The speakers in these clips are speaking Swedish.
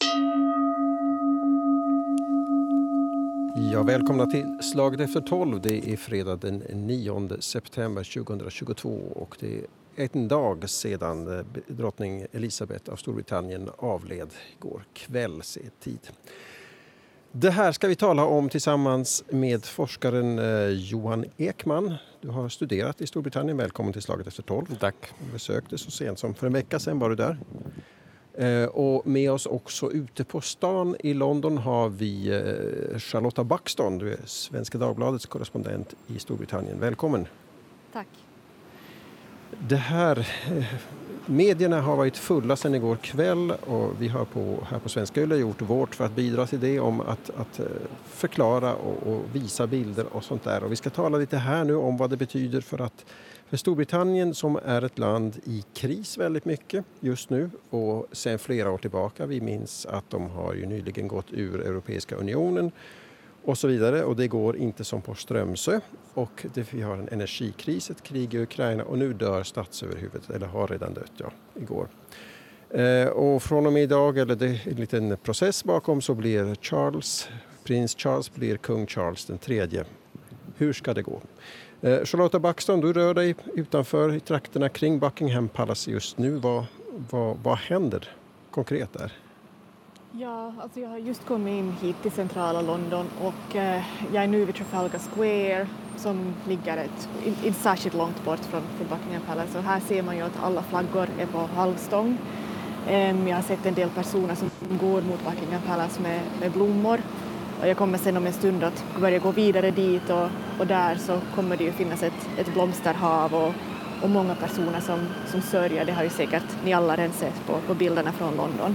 Ja, välkomna till Slaget efter 12. Det är fredag den 9 september 2022 och det är en dag sedan drottning Elisabeth av Storbritannien avled igår kväll tid. Det här ska vi tala om tillsammans med forskaren Johan Ekman. Du har studerat i Storbritannien. Välkommen till Slaget efter 12. Tack. Du besökte så sent som för en vecka sedan var du där. Och med oss också ute på stan i London har vi Charlotta Buxton. Du är Svenska Dagbladets korrespondent i Storbritannien. Välkommen. Tack. Det här, medierna har varit fulla sedan igår kväll och vi har här på Svenska Yle gjort vårt för att bidra till det om att förklara och visa bilder och sånt där. Och vi ska tala lite här nu om vad det betyder för Storbritannien som är ett land i kris väldigt mycket just nu och sedan flera år tillbaka. Vi minns att de har ju nyligen gått ur Europeiska unionen och så vidare och det går inte som på Strömsö och vi har en energikris, ett krig i Ukraina och nu dör statsöverhuvudet eller har redan dött igår. Och från och med idag, eller det är en liten process bakom, så blir prins Charles blir kung Charles den tredje. Hur ska det gå? Charlotta Buxton, du rör dig utanför i trakterna kring Buckingham Palace just nu. Vad händer konkret där? Ja, alltså jag har just kommit in hit till centrala London och jag är nu vid Trafalgar Square som ligger inte särskilt långt bort från Buckingham Palace. Och här ser man ju att alla flaggor är på halvstång. Jag har sett en del personer som går mot Buckingham Palace med blommor. Och jag kommer sen om en stund att börja gå vidare dit och där så kommer det ju finnas ett blomsterhav och många personer som sörjer. Det har ju säkert ni alla redan sett på bilderna från London.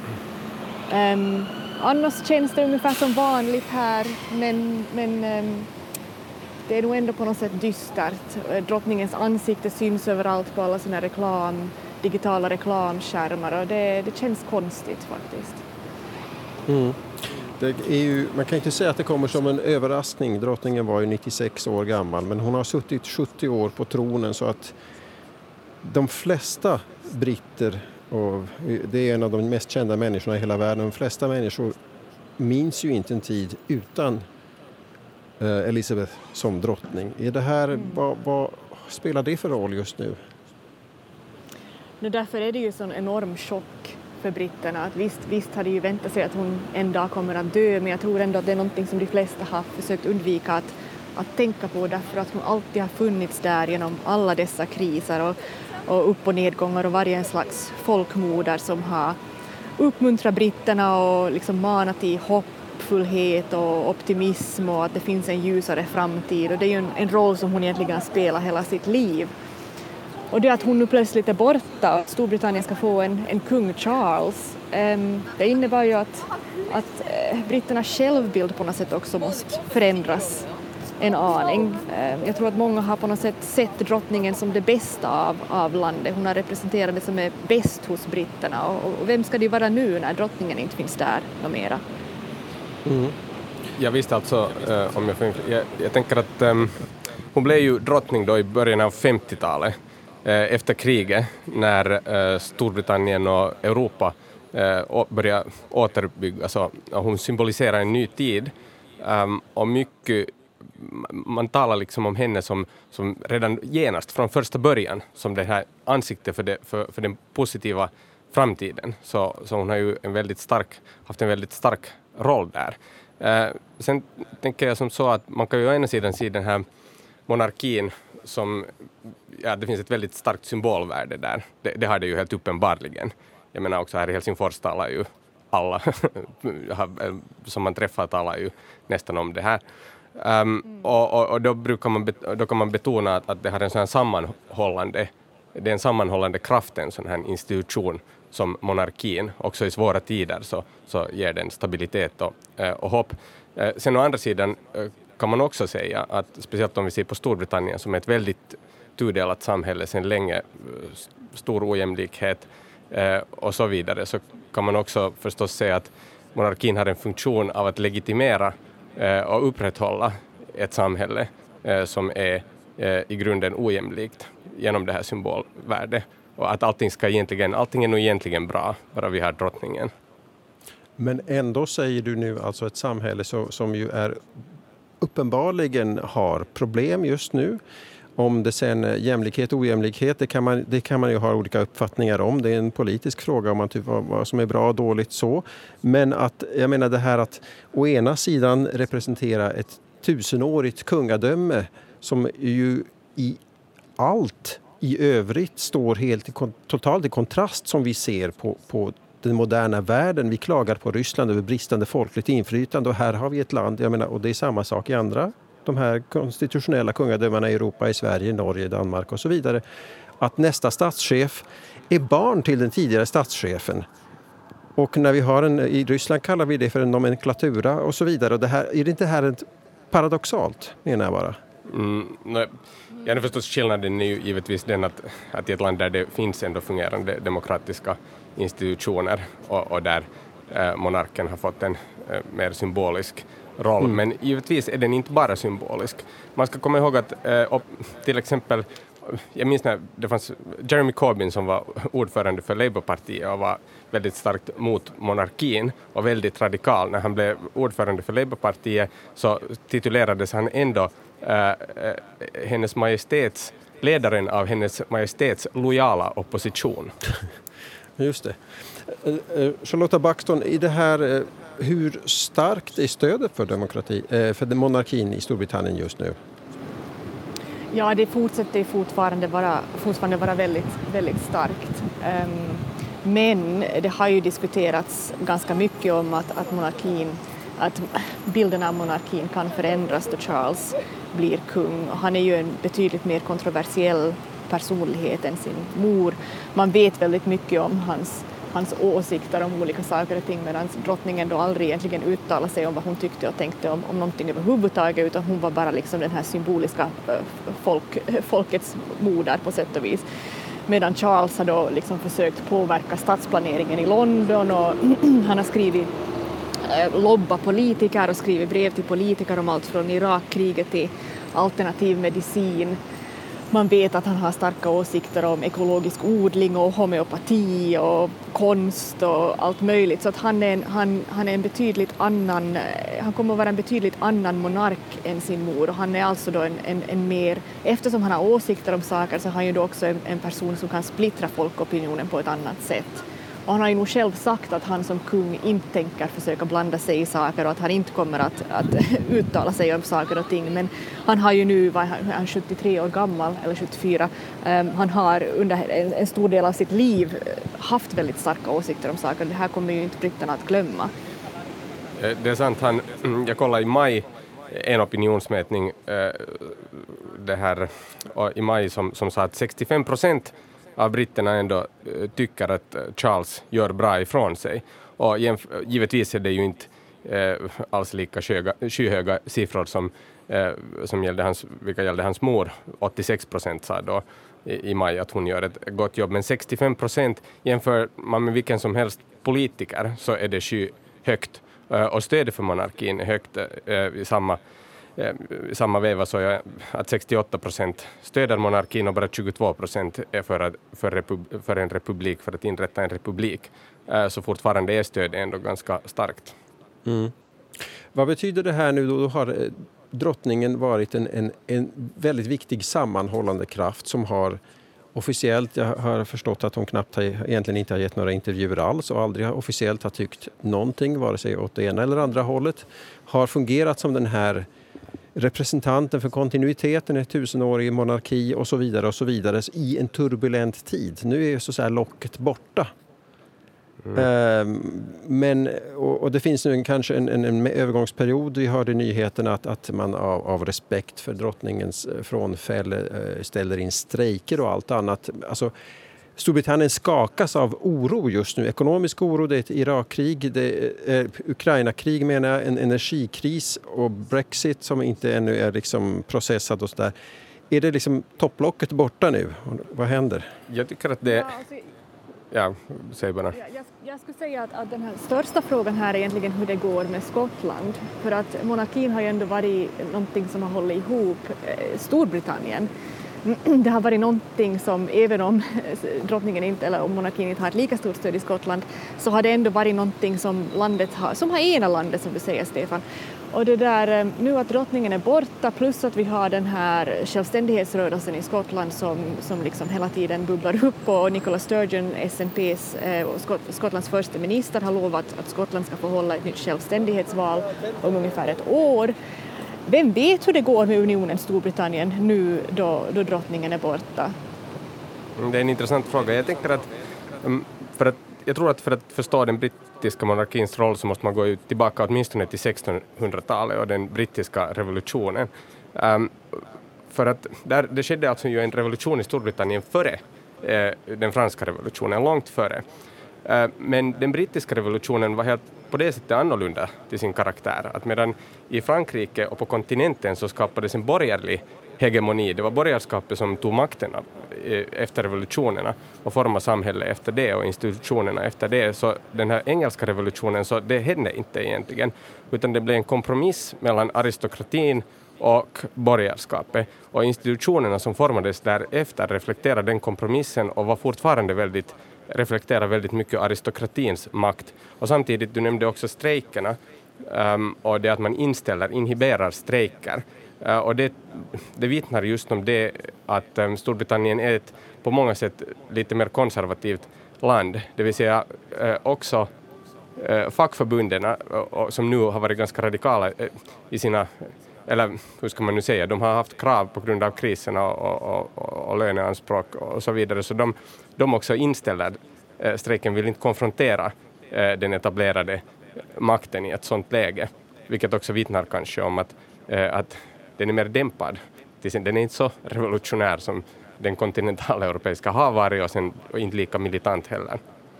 Annars känns det ungefär som vanligt här men det är nog ändå på något sätt dystert. Drottningens ansikte syns överallt på alla sina digitala reklamskärmar och det känns konstigt faktiskt. Mm. Man kan inte säga att det kommer som en överraskning. Drottningen var ju 96 år gammal men hon har suttit 70 år på tronen så att de flesta britter, och det är en av de mest kända människorna i hela världen, de flesta människor minns ju inte en tid utan Elisabeth som drottning. Är det här, vad spelar det för roll just nu? Därför är det ju en enorm chock för britterna. Att visst hade ju väntat sig att hon en dag kommer att dö, men jag tror ändå att det är någonting som de flesta har försökt undvika att tänka på, därför att hon alltid har funnits där genom alla dessa kriser och upp- och nedgångar och varje slags folkmoder som har uppmuntrat britterna och liksom manat till hoppfullhet och optimism och att det finns en ljusare framtid, och det är ju en roll som hon egentligen spelar hela sitt liv. Och det att hon nu plötsligt är borta och att Storbritannien ska få en kung Charles, det innebär ju att britternas självbild på något sätt också måste förändras en aning. Jag tror att många har på något sätt sett drottningen som det bästa av landet. Hon har representerat det som är bäst hos britterna. Och vem ska det vara nu när drottningen inte finns där något mera? Mm. Jag visste alltså, jag tänker att hon blev ju drottning då i början av 50-talet. Efter kriget när Storbritannien och Europa började återbyggas och hon symboliserar en ny tid och mycket, man talar liksom om henne som redan genast från första början som det här ansiktet för den positiva framtiden, så hon har ju haft en väldigt stark roll där. Sen tänker jag som så att man kan ju å ena sidan se den här monarkin som, det finns ett väldigt starkt symbolvärde där. Det har det ju helt uppenbarligen. Jag menar också här i Helsingfors talar ju alla som man träffar talar ju nästan om det här. Och då kan man betona att det har en sån här sammanhållande kraft, en sån här institution som monarkin. Också i svåra tider så ger den stabilitet och hopp. Sen å andra sidan kan man också säga att speciellt om vi ser på Storbritannien som ett väldigt tudelat samhälle sedan länge, stor ojämlikhet och så vidare, så kan man också förstås säga att monarkin har en funktion av att legitimera och upprätthålla ett samhälle som är i grunden ojämlikt genom det här symbolvärdet. Och att allting är nog egentligen bra, bara vi har drottningen. Men ändå säger du nu alltså ett samhälle som ju är uppenbarligen har problem just nu. Om det sen jämlikhet och ojämlikhet, det kan man ju ha olika uppfattningar om. Det är en politisk fråga om man tycker vad som är bra och dåligt så. Men att, jag menar det här att å ena sidan representera ett 1000-årigt kungadöme som ju i allt i övrigt står helt totalt i kontrast som vi ser på den moderna världen. Vi klagar på Ryssland över bristande folkligt inflytande och här har vi ett land, jag menar, och det är samma sak i andra, de här konstitutionella kungadömena i Europa, i Sverige, Norge, Danmark och så vidare. Att nästa statschef är barn till den tidigare statschefen. Och när vi har i Ryssland kallar vi det för en nomenklatura och så vidare. Och det här, är det inte här ett paradoxalt, menar jag bara? Nej. Ja, förstås skillnaden är ju givetvis den att i ett land där det finns ändå fungerande demokratiska institutioner och där monarken har fått en mer symbolisk roll. Men givetvis är den inte bara symbolisk. Man ska komma ihåg att till exempel, jag minns när det fanns Jeremy Corbyn som var ordförande för Labourpartiet och var väldigt starkt mot monarkin och väldigt radikal. När han blev ordförande för Labourpartiet så titulerades han ändå ledaren av hennes majestäts lojala opposition. Just det. Charlotta Baxton, i det här, hur starkt är stödet för demokrati, för monarkin i Storbritannien just nu? Ja, det fortsätter fortfarande vara väldigt, väldigt starkt. Men det har ju diskuterats ganska mycket om att bilden av monarkin kan förändras då Charles blir kung. Han är ju en betydligt mer kontroversiell personlighet än sin mor. Man vet väldigt mycket om hans åsikter om olika saker och ting, medan drottningen då aldrig egentligen uttalade sig om vad hon tyckte och tänkte om någonting överhuvudtaget, utan hon var bara liksom den här symboliska folkets moder på sätt och vis. Medan Charles har då liksom försökt påverka stadsplaneringen i London och han har skrivit lobba politiker och skrivit brev till politiker om allt från Irakkriget till alternativ medicin. Man vet att han har starka åsikter om ekologisk odling och homeopati och konst och allt möjligt. Så att han är en betydligt annan, han kommer att vara en betydligt annan monark än sin mor. Och han är alltså då en mer, eftersom han har åsikter om saker så är han ju då också en person som kan splittra folkopinionen på ett annat sätt. Och han har ju nog själv sagt att han som kung inte tänker försöka blanda sig i saker och att han inte kommer att uttala sig om saker och ting. Men han har ju nu, han är 73 år gammal, eller 74, han har under en stor del av sitt liv haft väldigt starka åsikter om saker. Det här kommer ju inte britterna att glömma. Det är sant, jag kollade i maj en opinionsmätning det här, i maj som sa att 65% av britterna ändå tycker att Charles gör bra ifrån sig. Och givetvis är det ju inte alls lika skyhöga siffror som gällde hans mor. 86% sa då i maj att hon gör ett gott jobb. Men 65% jämför man med vilken som helst politiker så är det skyhögt. Och stödet för monarkin är högt i samma veva så är att 68% stöder monarkin och bara 22% är för en republik, för att inrätta en republik. Så fortfarande är stödet ändå ganska starkt. Mm. Vad betyder det här nu då? Då har drottningen varit en väldigt viktig sammanhållande kraft som har officiellt, jag har förstått att hon knappt egentligen inte har gett några intervjuer alls och aldrig officiellt har tyckt någonting, vare sig åt det ena eller andra hållet, har fungerat som den här representanten för kontinuiteten, ett 1000-årig monarki och så vidare i en turbulent tid. Nu är så att säga locket borta. Men och det finns nu kanske en övergångsperiod. Vi hörde i nyheterna att man av respekt för drottningens frånfälle ställer in strejker och allt annat. Alltså, Storbritannien skakas av oro just nu. Ekonomisk oro, det är ett Irakkrig, det är Ukraina-krig menar jag, en energikris och Brexit som inte ännu är liksom processad och sådär. Är det liksom topplocket borta nu? Vad händer? Jag tycker att det... Ja, säg bara. Jag skulle säga att den här största frågan här är egentligen hur det går med Skottland. För att monarkin har ju ändå varit någonting som har hållit ihop Storbritannien. det har varit någonting som, även om drottningen inte, eller om monarkin inte har ett lika stort stöd i Skottland, så har det ändå varit någonting som landet har, som har ena landet, som du säger, Stefan. Och det där, nu att drottningen är borta, plus att vi har den här självständighetsrörelsen i Skottland som liksom hela tiden bubblar upp, och Nicola Sturgeon, SNP:s och Skottlands första minister, har lovat att Skottland ska få hålla ett nytt självständighetsval om ungefär ett år. Vem vet hur det går med unionen Storbritannien nu då drottningen är borta? Det är en intressant fråga. Jag tänker att, jag tror att för att förstå den brittiska monarkins roll så måste man gå tillbaka åtminstone till 1600-talet och den brittiska revolutionen. För att det skedde alltså ju en revolution i Storbritannien före den franska revolutionen, långt före. Men den brittiska revolutionen var helt på det sättet annorlunda till sin karaktär. Att medan i Frankrike och på kontinenten så skapades en borgerlig hegemoni. Det var borgerskapet som tog makten efter revolutionerna och formade samhället efter det och institutionerna efter det. Så den här engelska revolutionen, så det hände inte egentligen. Utan det blev en kompromiss mellan aristokratin och borgerskapet. Och institutionerna som formades därefter reflekterade den kompromissen och var fortfarande reflekterar väldigt mycket aristokratins makt. Och samtidigt, du nämnde också strejkerna och det att man inhiberar strejker. Och det vittnar just om det att Storbritannien är ett på många sätt lite mer konservativt land. Det vill säga också fackförbunderna som nu har varit ganska radikala i sina, eller hur ska man nu säga, de har haft krav på grund av kriserna och löneanspråk och så vidare, så de också inställer strejken, vill inte konfrontera den etablerade makten i ett sådant läge, vilket också vittnar kanske om att den är mer dämpad. Den är inte så revolutionär som den kontinentaleuropeiska har varit och inte lika militant heller.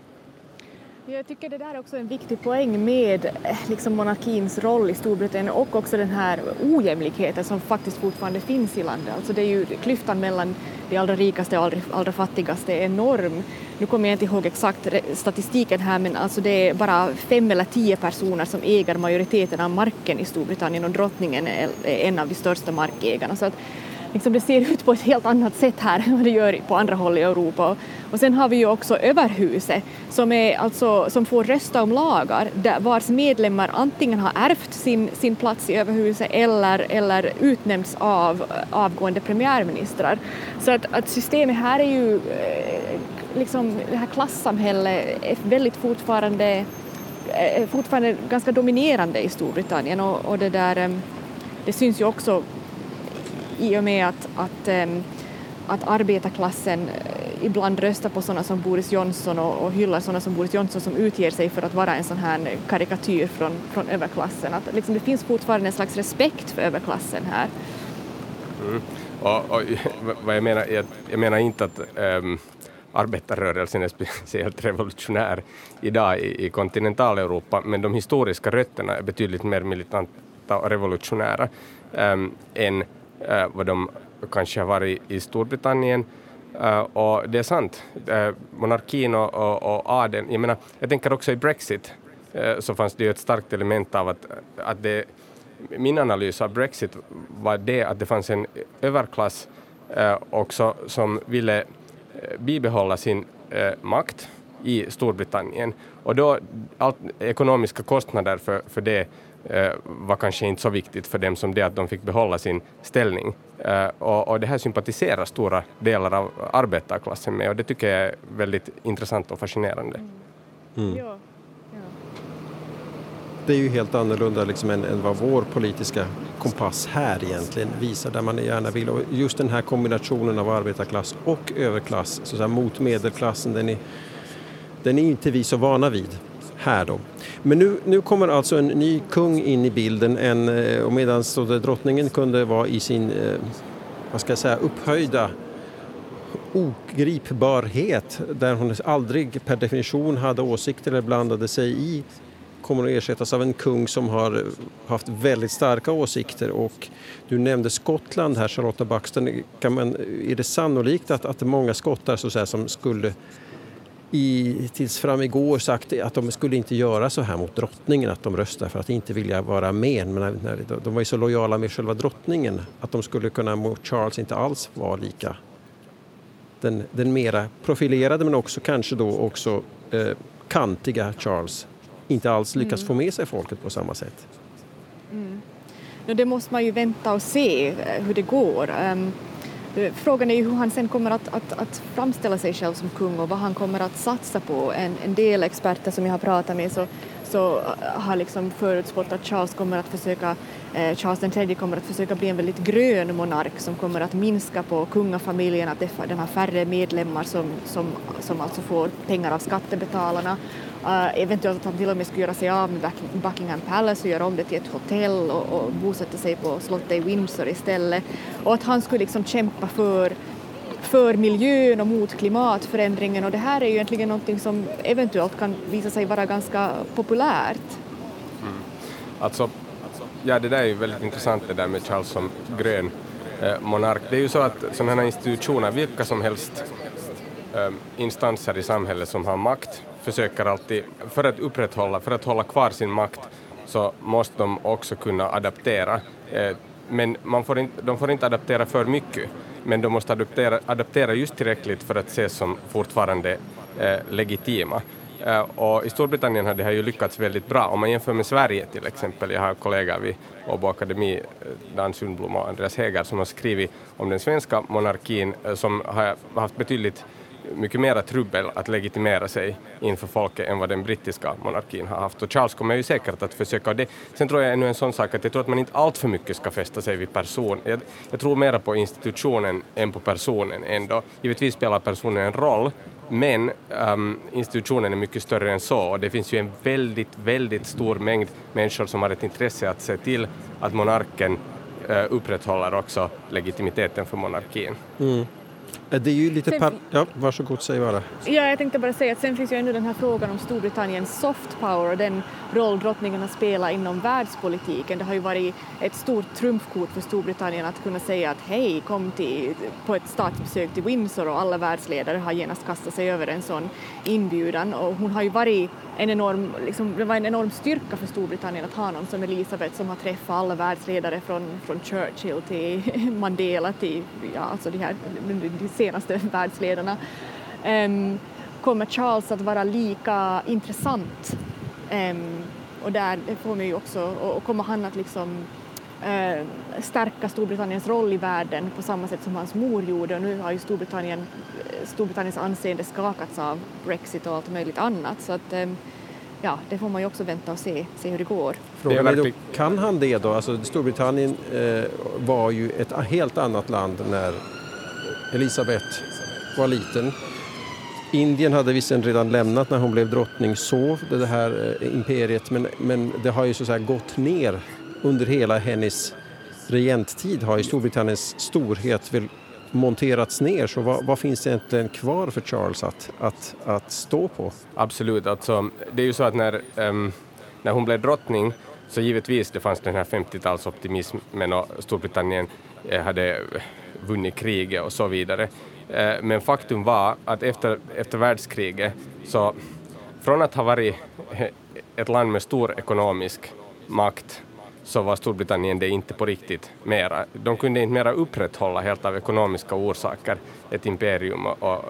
Jag tycker det där är också en viktig poäng med liksom monarkins roll i Storbritannien och också den här ojämlikheten som faktiskt fortfarande finns i landet. Alltså det är ju klyftan mellan de allra rikaste och allra fattigaste är enorm. Nu kommer jag inte ihåg exakt statistiken här, men alltså det är bara 5 eller 10 personer som äger majoriteten av marken i Storbritannien, och drottningen är en av de största markägarna. Så att liksom det ser ut på ett helt annat sätt här än vad det gör på andra håll i Europa. Och sen har vi ju också överhuset som får rösta om lagar vars medlemmar antingen har ärvt sin plats i överhuset eller utnämnts av avgående premiärministrar. Så att systemet här är ju liksom det här klassamhället är väldigt fortfarande ganska dominerande i Storbritannien, och det syns ju också i och med att arbetarklassen ibland röstar på sådana som Boris Johnson och hyllar sådana som Boris Johnson som utger sig för att vara en sån här karikatyr från överklassen. Att liksom det finns fortfarande en slags respekt för överklassen här. Och vad jag menar inte att arbetarrörelsen är speciellt revolutionär idag i kontinentaleuropa, men de historiska rötterna är betydligt mer militanta och revolutionära än vad de kanske har varit i Storbritannien. Och det är sant, monarkin och adeln, jag tänker också i Brexit så fanns det ju ett starkt element av att min analys av Brexit var det att det fanns en överklass också som ville bibehålla sin makt i Storbritannien, och då ekonomiska kostnader för det var kanske inte så viktigt för dem som det att de fick behålla sin ställning. Och det här sympatiserar stora delar av arbetarklassen med, och det tycker jag är väldigt intressant och fascinerande. Ja. Det är ju helt annorlunda liksom än vad vår politiska kompass här egentligen visar, där man gärna vill. Och just den här kombinationen av arbetarklass och överklass, så att säga, mot medelklassen, den är inte vi så vana vid här då. Men nu kommer alltså en ny kung in i bilden, och medan drottningen kunde vara i sin upphöjda ogripbarhet, där hon aldrig per definition hade åsikter eller blandade sig i, kommer att ersättas av en kung som har haft väldigt starka åsikter. Och du nämnde Skottland här, Charlotta Baxter. Är det sannolikt att många skottar så att säga, som skulle tills fram igår sagt att de skulle inte göra så här mot drottningen, att de röstar för att inte vilja vara med. Men de var ju så lojala med själva drottningen att de skulle kunna mot Charles inte alls vara lika den mera profilerade men också kanske då också kantiga Charles inte alls lyckas få med sig folket på samma sätt. Det måste man ju vänta och se hur det går. Frågan är ju hur han sen kommer att framställa sig själv som kung och vad han kommer att satsa på. En del experter som jag har pratat med så har liksom förutspått att Charles III kommer att försöka bli en väldigt grön monark som kommer att minska på kungafamiljen, att den har färre medlemmar som alltså får pengar av skattebetalarna. Eventuellt att han till och med skulle göra sig av med Buckingham Palace och göra om det till ett hotell och bosätta sig på slottet i Windsor istället. Och att han skulle liksom kämpa för miljön och mot klimatförändringen, och det här är ju egentligen någonting som eventuellt kan visa sig vara ganska populärt. Alltså, ja, det där är ju väldigt intressant det där med Charles som grön monark. Det är ju så att sådana här institutioner, vilka som helst instanser i samhället som har makt, försöker alltid, för att hålla kvar sin makt så måste de också kunna adaptera. Men de får inte adaptera för mycket, men de måste adaptera just tillräckligt för att ses som fortfarande legitima. Och i Storbritannien har det här ju lyckats väldigt bra. Om man jämför med Sverige till exempel, jag har kollegor vid Åbo Akademi, Dan Sundblom och Andreas Häger, som har skrivit om den svenska monarkin som har haft betydligt mycket mera trubbel att legitimera sig inför folket än vad den brittiska monarkin har haft. Och Charles kommer ju säkert att försöka det. Sen tror jag ännu en sån sak att jag tror att man inte allt för mycket ska fästa sig vid person. Jag tror mera på institutionen än på personen ändå. Givetvis spelar personen en roll, men institutionen är mycket större än så, och det finns ju en väldigt, väldigt stor mängd människor som har ett intresse att se till att monarken upprätthåller också legitimiteten för monarkin. Det är ju lite ja, varsågod, säg bara. Ja, jag tänkte bara säga att sen finns ju ännu den här frågan om Storbritanniens soft power och den roll drottningen har spelat inom världspolitiken. Det har ju varit ett stort trumfkort för Storbritannien att kunna säga att hej, kom på ett statsbesök till Windsor, och alla världsledare har genast kastat sig över en sån inbjudan. Och hon har ju varit det var en enorm styrka för Storbritannien att ha någon som Elisabeth som har träffat alla världsledare från Churchill till Mandela till alltså de senaste världsledarna. Kommer Charles att vara lika intressant? Och där får man ju också, och kommer han att liksom stärka Storbritanniens roll i världen på samma sätt som hans mor gjorde, och nu har ju Storbritanniens anseende skakats av Brexit och allt möjligt annat, så att ja, det får man ju också vänta och se hur det går. Frågan är då, kan han det då? Alltså Storbritannien var ju ett helt annat land när Elisabeth var liten. Indien hade visserligen redan lämnat när hon blev drottning, så det här imperiet, men det har ju så att säga gått ner under hela hennes regenttid, har ju Storbritanniens storhet väl monterats ner, så vad finns det egentligen kvar för Charles att stå på? Absolut, alltså det är ju så att när hon blev drottning så givetvis det fanns den här 50-talsoptimismen och Storbritannien hade vunnit kriget och så vidare. Men faktum var att efter världskriget, så från att ha varit ett land med stor ekonomisk makt, så var Storbritannien det inte på riktigt mera. De kunde inte mera upprätthålla helt av ekonomiska orsaker ett imperium.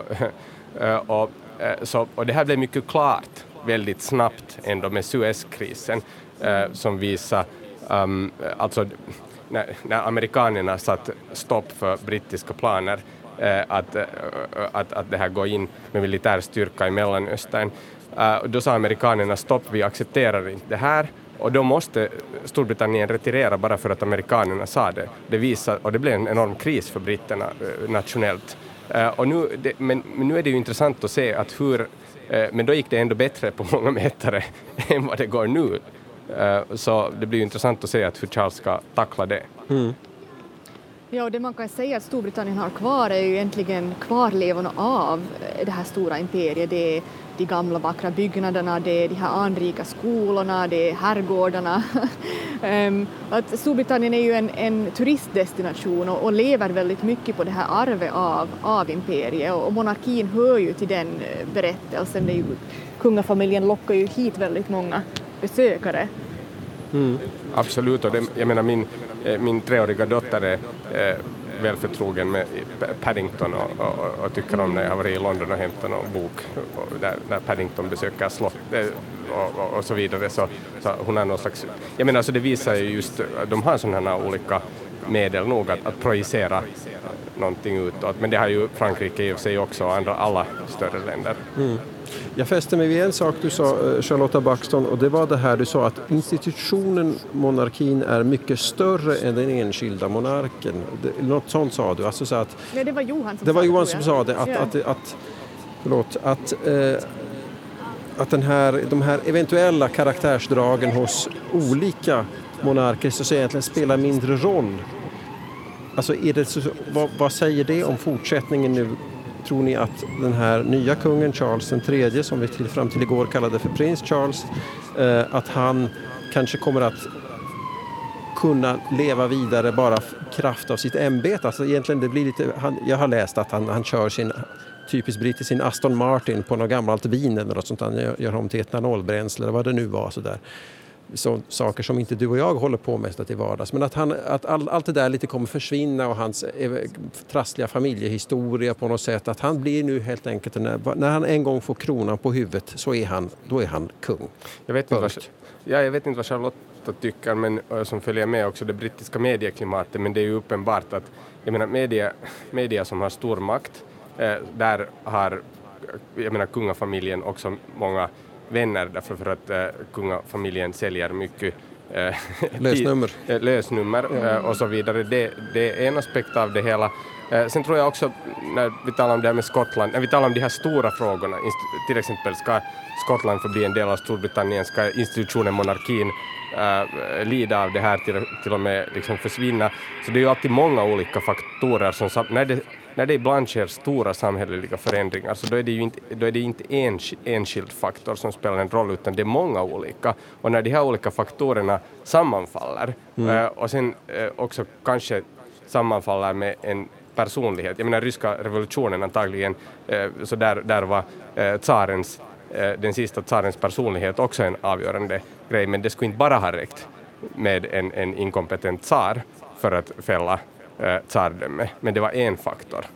Och det här blev mycket klart väldigt snabbt ändå med Suezkrisen som visar alltså när amerikanerna satt stopp för brittiska planer att det här går in med militär styrka i Mellanöstern. Då sa amerikanerna stopp, vi accepterar inte det här. Och då måste Storbritannien retirera bara för att amerikanerna sa det. Och det blev en enorm kris för britterna nationellt. Men nu är det ju intressant att se att men då gick det ändå bättre på många mätare än vad det går nu. Så det blir ju intressant att se hur Charles ska tackla det. Ja, och det man kan säga att Storbritannien har kvar är ju egentligen kvarlevorna av det här stora imperiet. Det är de gamla vackra byggnaderna, det är de här anrika skolorna, det är herrgårdarna. Att Storbritannien är ju en turistdestination och lever väldigt mycket på det här arvet av imperiet, och monarkin hör ju till den berättelsen. Det är ju, kungafamiljen lockar ju hit väldigt många besökare. Mm. Absolut, och det, jag menar min 3-åriga dotter är väl förtrogen med Paddington och tycker om när jag har varit i London och hämtat någon bok där Paddington besöker slott och så vidare, så hon har någon slags, jag menar, så det visar ju just, de har sådana här olika medel nog att projicera någonting utåt, men det har ju Frankrike i och för sig också och alla större länder. Mm. Jag fäste mig vid en sak du sa, Charlotta Baxton, och det var det här du sa att institutionen monarkin är mycket större än den enskilda monarken. Något sånt sa du. Alltså så att, nej, det var Johan som det sa var det. Johan som sa det. Att de här eventuella karaktärsdragen hos olika monarker så egentligen spelar mindre roll. Alltså är det så, vad säger det om fortsättningen nu? Tror ni att den här nya kungen Charles III, som vi fram till igår kallade för prins Charles, att han kanske kommer att kunna leva vidare bara kraft av sitt ämbete? Alltså egentligen det blir lite, jag har läst att han kör sin typiskt brittisk sin Aston Martin på något gammalt vin eller något sånt. Han gör om till etanolbränsle eller vad det nu var sådär. Så saker som inte du och jag håller på med till vardags. Men att allt det där lite kommer försvinna och hans trassliga familjehistoria på något sätt. Att han blir nu helt enkelt, när han en gång får kronan på huvudet så är han kung. Jag vet inte vad Charlotta tycker, men som följer med också det brittiska medieklimatet. Men det är ju uppenbart att jag menar, media som har stor makt, där har kungafamiljen också många vänner, därför för att kungafamiljen säljer mycket lösnummer och så vidare. Det är en aspekt av det hela. Sen tror jag också, när vi talar om det här med Skottland, när vi talar om de här stora frågorna, till exempel ska Skottland få bli en del av Storbritannien, ska institutionen monarkin lida av det här till och med liksom försvinna. Så det är ju alltid många olika faktorer som när det ibland sker stora samhälleliga förändringar, så då är det inte en enskild faktor som spelar en roll, utan det är många olika. Och när de här olika faktorerna sammanfaller och sen också kanske sammanfaller med en personlighet. Jag menar, ryska revolutionen antagligen, så där var den sista tsarens personlighet också en avgörande grej, men det skulle inte bara ha räckt med en inkompetent tsar för att fälla tsardöme, men det var en faktor.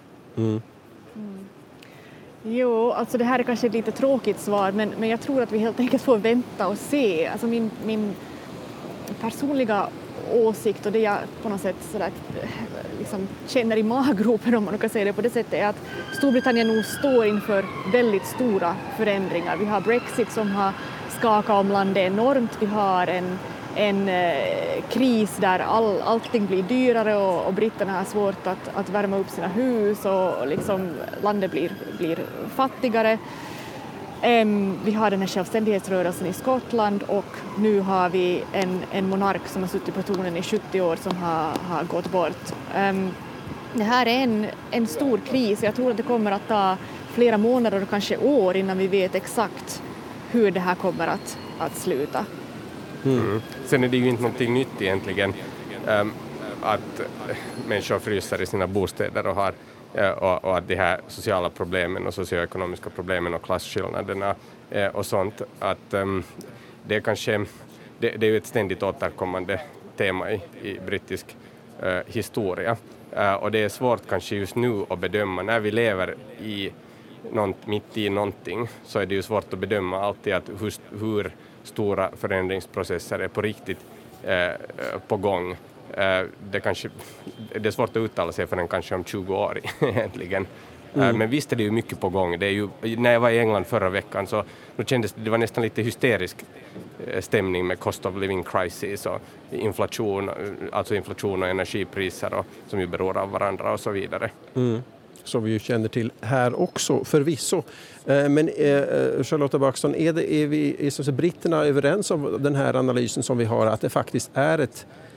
Jo, alltså det här är kanske ett lite tråkigt svar, men jag tror att vi helt enkelt får vänta och se. Alltså min personliga åsikt och det jag på något sätt sådär, liksom känner i maggropen, om man kan säga det på det sättet, är att Storbritannien nog står inför väldigt stora förändringar. Vi har Brexit som har skakat om landet enormt. Vi har en kris där allting blir dyrare och britterna har svårt att värma upp sina hus och liksom landet blir fattigare. Vi har den här självständighetsrörelsen i Skottland och nu har vi en monark som har suttit på tronen i 70 år som har gått bort. Det här är en stor kris. Jag tror att det kommer att ta flera månader och kanske år innan vi vet exakt hur det här kommer att sluta. Sen är det ju inte någonting nytt egentligen att människor fryser i sina bostäder och att de här sociala problemen och socioekonomiska problemen och klasskillnaderna och sånt, att det är kanske det är ju ett ständigt återkommande tema i brittisk historia, och det är svårt kanske just nu att bedöma när vi lever mitt i någonting, så är det ju svårt att bedöma alltid att hur stora förändringsprocesser är på riktigt på gång. Det är svårt att uttala sig förrän kanske om 20 år egentligen. Men visst är det ju mycket på gång. Det är ju, när jag var i England förra veckan så kändes det var nästan lite hysterisk stämning med cost of living crisis och inflation och energipriser som ju beror av varandra och så vidare. Som vi ju känner till här också förvisso. Men Charlotta Baxton, är britterna överens om den här analysen som vi har, att det faktiskt är ett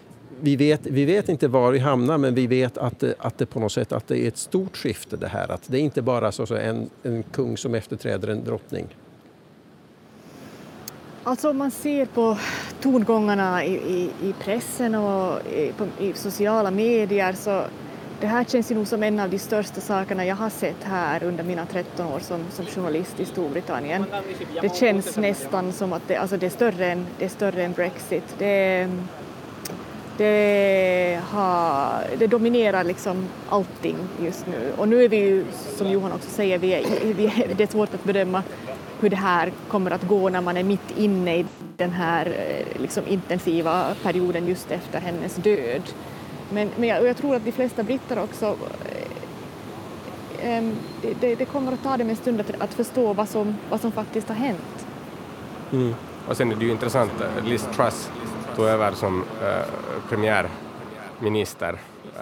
vi vet inte var vi hamnar, men vi vet att det på något sätt att det är ett stort skifte det här. Att det är inte bara så en kung som efterträder en drottning. Alltså om man ser på tongångarna i pressen och i sociala medier, så det här känns ju nog som en av de största sakerna jag har sett här under mina 13 år som journalist i Storbritannien. Det känns nästan som att det är större än Brexit. Det dominerar liksom allting just nu. Och nu är vi ju, som Johan också säger, det är svårt att bedöma hur det här kommer att gå när man är mitt inne i den här liksom intensiva perioden just efter hennes död. Men jag tror att de flesta britter också, det kommer att ta dem en stund att förstå vad som faktiskt har hänt. Mm. Och sen är det ju intressant, Liz Truss tog över som premiärminister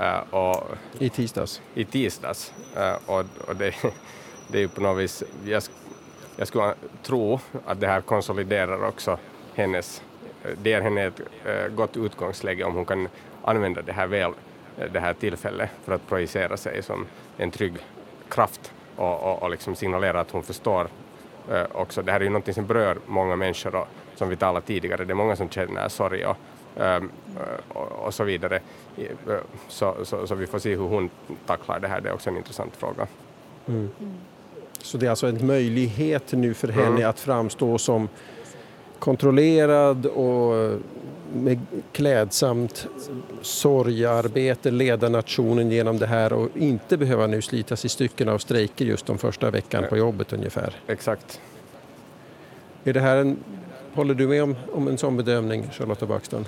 i tisdags. Och det är ju på något vis, jag skulle tro att det här konsoliderar också det ger henne ett gott utgångsläge om hon kan använda det här tillfället för att projicera sig som en trygg kraft och liksom signalera att hon förstår också. Det här är ju något som berör många människor och, som vi talade tidigare, det är många som känner sorg och så vidare. Så vi får se hur hon tacklar det här, det är också en intressant fråga. Mm. Så det är alltså en möjlighet nu för henne att framstå som kontrollerad och med klädsamt sorgarbete leda nationen genom det här och inte behöva nu slitas i stycken av strejker just de första veckan på jobbet ungefär. Exakt. Är det här håller du med om en sån bedömning, Charlotta Baxton?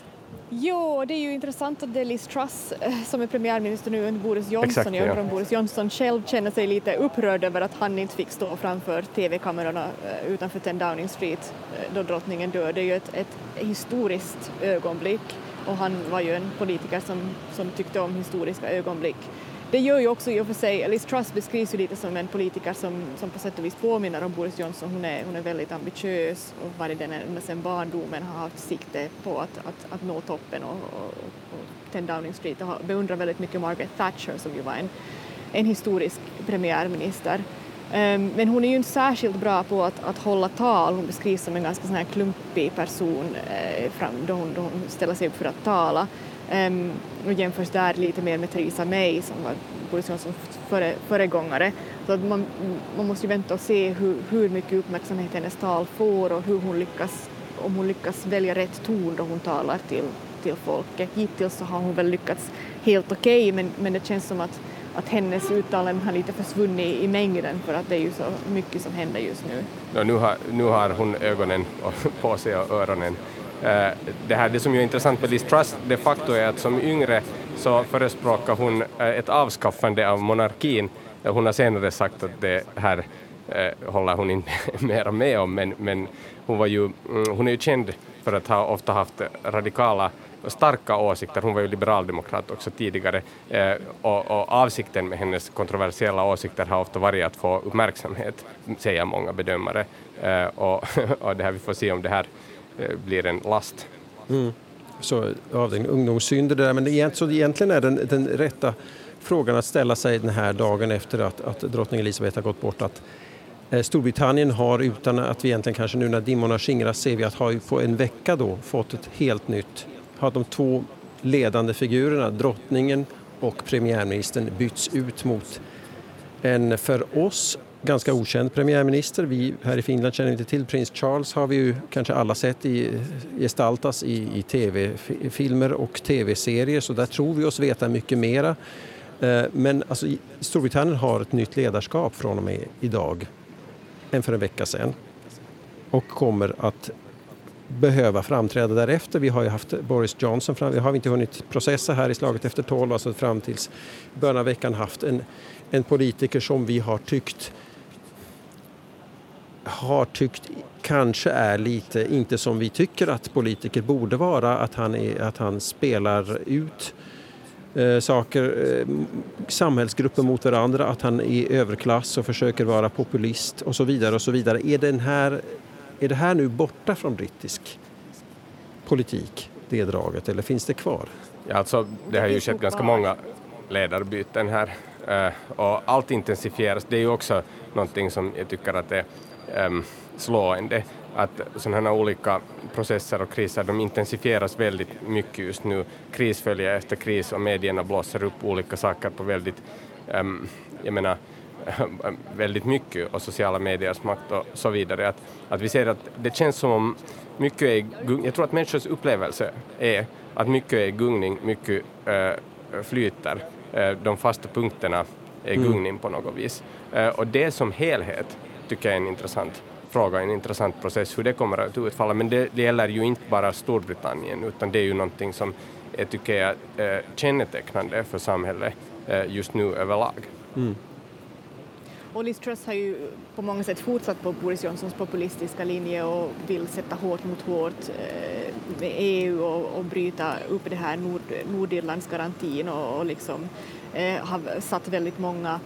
Jo, det är ju intressant att det är Liz Truss som är premiärminister nu under Boris Johnson. Exakt, jag undrar om Boris Johnson själv känner sig lite upprörd över att han inte fick stå framför tv-kamerorna utanför 10 Downing Street då drottningen dör. Det är ju ett historiskt ögonblick och han var ju en politiker som tyckte om historiska ögonblick. Det gör ju också i och för sig, Liz Truss beskrivs ju lite som en politiker som på sätt och vis påminner om Boris Johnson. Hon är väldigt ambitiös och varit den ända sedan barndomen har haft sikte på att nå toppen och 10 Downing Street och beundrar väldigt mycket Margaret Thatcher som ju var en historisk premiärminister. Men hon är ju inte särskilt bra på att hålla tal. Hon beskrivs som en ganska sån här klumpig person då hon ställer sig upp för att tala. Och jämförs där lite mer med Theresa May som var Boris Johnsons föregångare. Så att man måste ju vänta och se hur mycket uppmärksamhet hennes tal får och om hon lyckas välja rätt ton då hon talar till folket. Hittills så har hon väl lyckats helt okej, men det känns som att hennes uttalanden har lite försvunnit i mängden för att det är ju så mycket som händer just nu. Ja, nu har hon ögonen på sig och öronen. Det som är intressant med Liz Truss de facto är att som yngre så förespråkar hon ett avskaffande av monarkin. Hon har senare sagt att det här håller hon inte mer med om, men hon är ju känd för att ha ofta haft radikala och starka åsikter. Hon var ju liberaldemokrat också tidigare och avsikten med hennes kontroversiella åsikter har ofta varit att få uppmärksamhet, säger många bedömare. Och det här, vi får se om det här blir en last. Så av den ungdomssynder där, men egentligen är den rätta frågan att ställa sig den här dagen efter att drottning Elisabeth har gått bort att Storbritannien har, utan att vi egentligen kanske nu när dimmorna skingras ser vi att har ju på en vecka då fått ett helt nytt, har de 2 ledande figurerna, drottningen och premiärministern, bytts ut mot en för oss ganska okänd premiärminister. Vi här i Finland känner inte till. Prins Charles har vi ju kanske alla sett gestaltas i tv-filmer och tv-serier, så där tror vi oss veta mycket mera. Men alltså, Storbritannien har ett nytt ledarskap från och med idag än för en vecka sedan och kommer att behöva framträda därefter. Vi har ju haft Boris Johnson vi har inte hunnit processa här i slaget efter 12, alltså fram tills början av veckan haft en politiker som vi har tyckt kanske är lite inte som vi tycker att politiker borde vara, att han spelar ut samhällsgrupper mot varandra, att han är överklass och försöker vara populist och så vidare och så vidare. Är det här nu borta från brittisk politik? det draget, eller finns det kvar? Ja, alltså, det har ju skett ganska många ledarbyten här och allt intensifieras. Det är ju också någonting som jag tycker att är slående, att sådana här olika processer och kriser, de intensifieras väldigt mycket just nu. Kris följer efter kris och medierna blåser upp olika saker på väldigt, väldigt mycket, och sociala mediers makt och så vidare. Att vi ser att det känns som om mycket är, jag tror att människors upplevelse är att mycket är gungning, mycket flyter. De fasta punkterna är gungning på något vis. Och det som helhet tycker jag är en intressant fråga, en intressant process, hur det kommer att utfalla. Men det gäller ju inte bara Storbritannien, utan det är ju någonting som jag tycker är kännetecknande för samhället just nu överlag. Mm. Och Liz Truss har ju på många sätt fortsatt på Boris Johnsons populistiska linje och vill sätta hårt mot hårt med EU och bryta upp det här Nordirlandsgarantin och liksom har satt väldigt många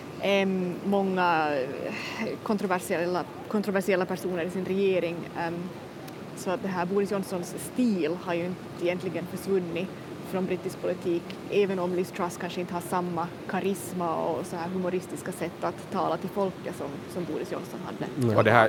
kontroversiella personer i sin regering. Så att det här Boris Johnsons stil har ju inte egentligen försvunnit från brittisk politik, även om Liz Truss kanske inte har samma karisma och så här humoristiska sätt att tala till folket som Boris Johnson hade. Mm. Och det här,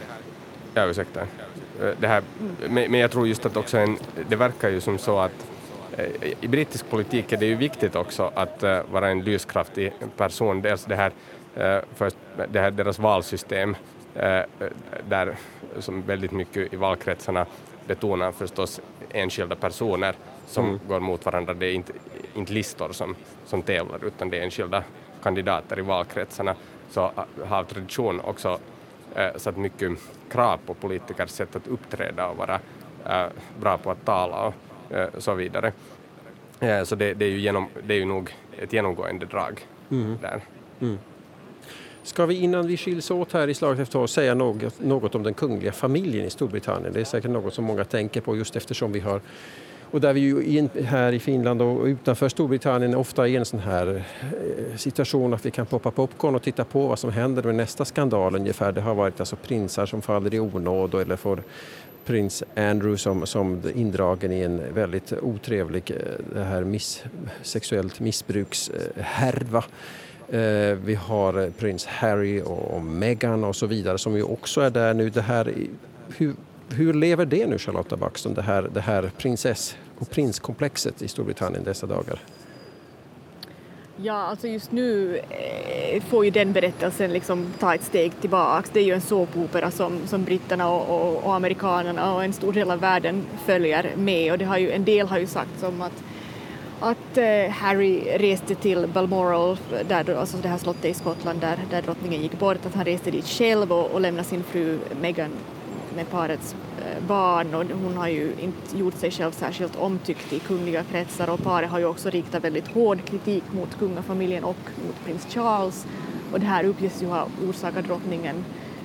men jag tror just att också det verkar ju som så att i brittisk politik är det ju viktigt också att vara en lyskraftig person. Dels det här deras valsystem där som väldigt mycket i valkretsarna betonar förstås enskilda personer som går mot varandra. Det är inte listor som tävlar, utan det är enskilda kandidater i valkretsarna. Så har tradition också satt mycket krav på politikers sätt att uppträda och vara bra på att tala och så vidare. Så det är ju nog ett genomgående drag där. Mm. Ska vi innan vi skiljs åt här i Slaget efter tag säga något om den kungliga familjen i Storbritannien? Det är säkert något som många tänker på just eftersom vi har, och där vi ju här i Finland och utanför Storbritannien ofta är i en sån här situation att vi kan poppa popcorn och titta på vad som händer med nästa skandal ungefär. Det har varit alltså prinsar som faller i onåd eller får prins Andrew som indragen i en väldigt otrevlig sexuellt missbrukshärva. Vi har prins Harry och Meghan och så vidare som ju också är där nu. Det här, hur lever det nu, Charlotta Baxton, det här prinsess- och prinskomplexet i Storbritannien dessa dagar? Ja, alltså just nu får ju den berättelsen liksom ta ett steg tillbaka. Det är ju en såpopera som britterna och amerikanerna och en stor del av världen följer med. Och en del har ju sagt som att Harry reste till Balmoral, alltså det här slottet i Skottland där drottningen gick bort, att han reste dit själv och lämnade sin fru Meghan med parets barn, och hon har ju inte gjort sig själv särskilt omtyckt i kungliga kretsar, och paret har ju också riktat väldigt hård kritik mot kungafamiljen och mot prins Charles, och det här uppges ju ha orsakat drottningen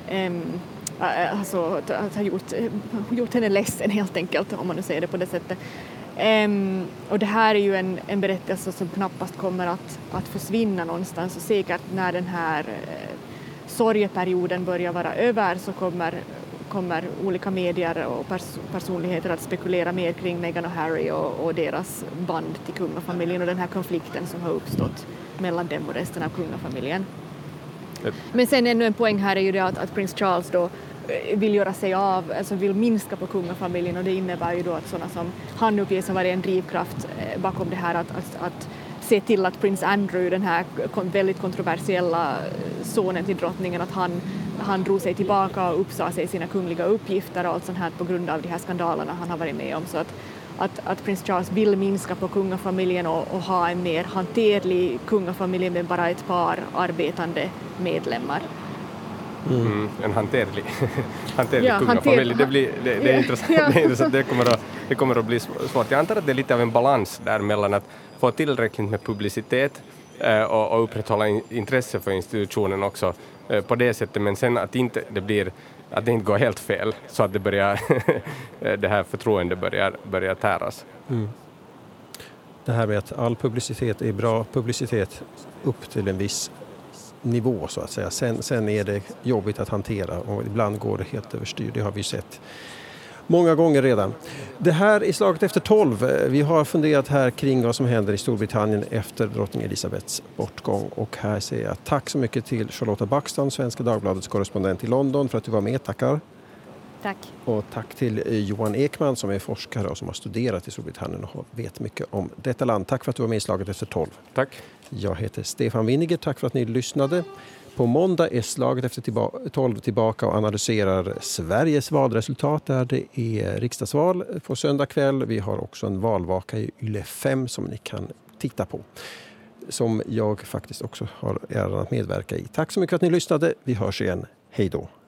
alltså att ha gjort henne ledsen helt enkelt, om man nu säger det på det sättet. Och det här är ju en berättelse som knappast kommer att försvinna någonstans, och säkert när den här sorgeperioden börjar vara över så kommer olika medier och personligheter att spekulera mer kring Meghan och Harry och deras band till kungafamiljen och den här konflikten som har uppstått mellan dem och resten av kungafamiljen. Men sen ännu en poäng här är ju det att prins Charles då vill göra sig av, alltså vill minska på kungafamiljen, och det innebär ju då att sådana som han uppges ha varit en drivkraft bakom det här att se till att prins Andrew, den här väldigt kontroversiella sonen till drottningen, att han drog sig tillbaka och uppsa sig sina kungliga uppgifter och allt sånt här på grund av de här skandalerna han har varit med om. Så att prins Charles vill minska på kungafamiljen och ha en mer hanterlig kungafamilj med bara ett par arbetande medlemmar. En hanterlig kungafamilj. Det är intressant. Det kommer att bli svårt. Jag antar att det är lite av en balans där mellan att få tillräckligt med publicitet och upprätthålla intresse för institutionen också på det sättet, men sen att det inte går helt fel så att det här förtroendet börjar täras. Det här med att all publicitet är bra publicitet upp till en viss nivå så att säga. Sen är det jobbigt att hantera och ibland går det helt överstyr. Det har vi sett många gånger redan. Det här är slaget efter 12. Vi har funderat här kring vad som händer i Storbritannien efter drottning Elisabeths bortgång. Och här säger jag tack så mycket till Charlotta Baxton, Svenska Dagbladets korrespondent i London, för att du var med. Tackar. Tack. Och tack till Johan Ekman som är forskare och som har studerat i Storbritannien och vet mycket om detta land. Tack för att du var med i slaget efter 12. Tack. Jag heter Stefan Winniger. Tack för att ni lyssnade. På måndag är slaget efter 12 tillbaka och analyserar Sveriges valresultat där det är riksdagsval på söndag kväll. Vi har också en valvaka i Yle 5 som ni kan titta på. Som jag faktiskt också har äran att medverka i. Tack så mycket för att ni lyssnade. Vi hörs igen. Hej då.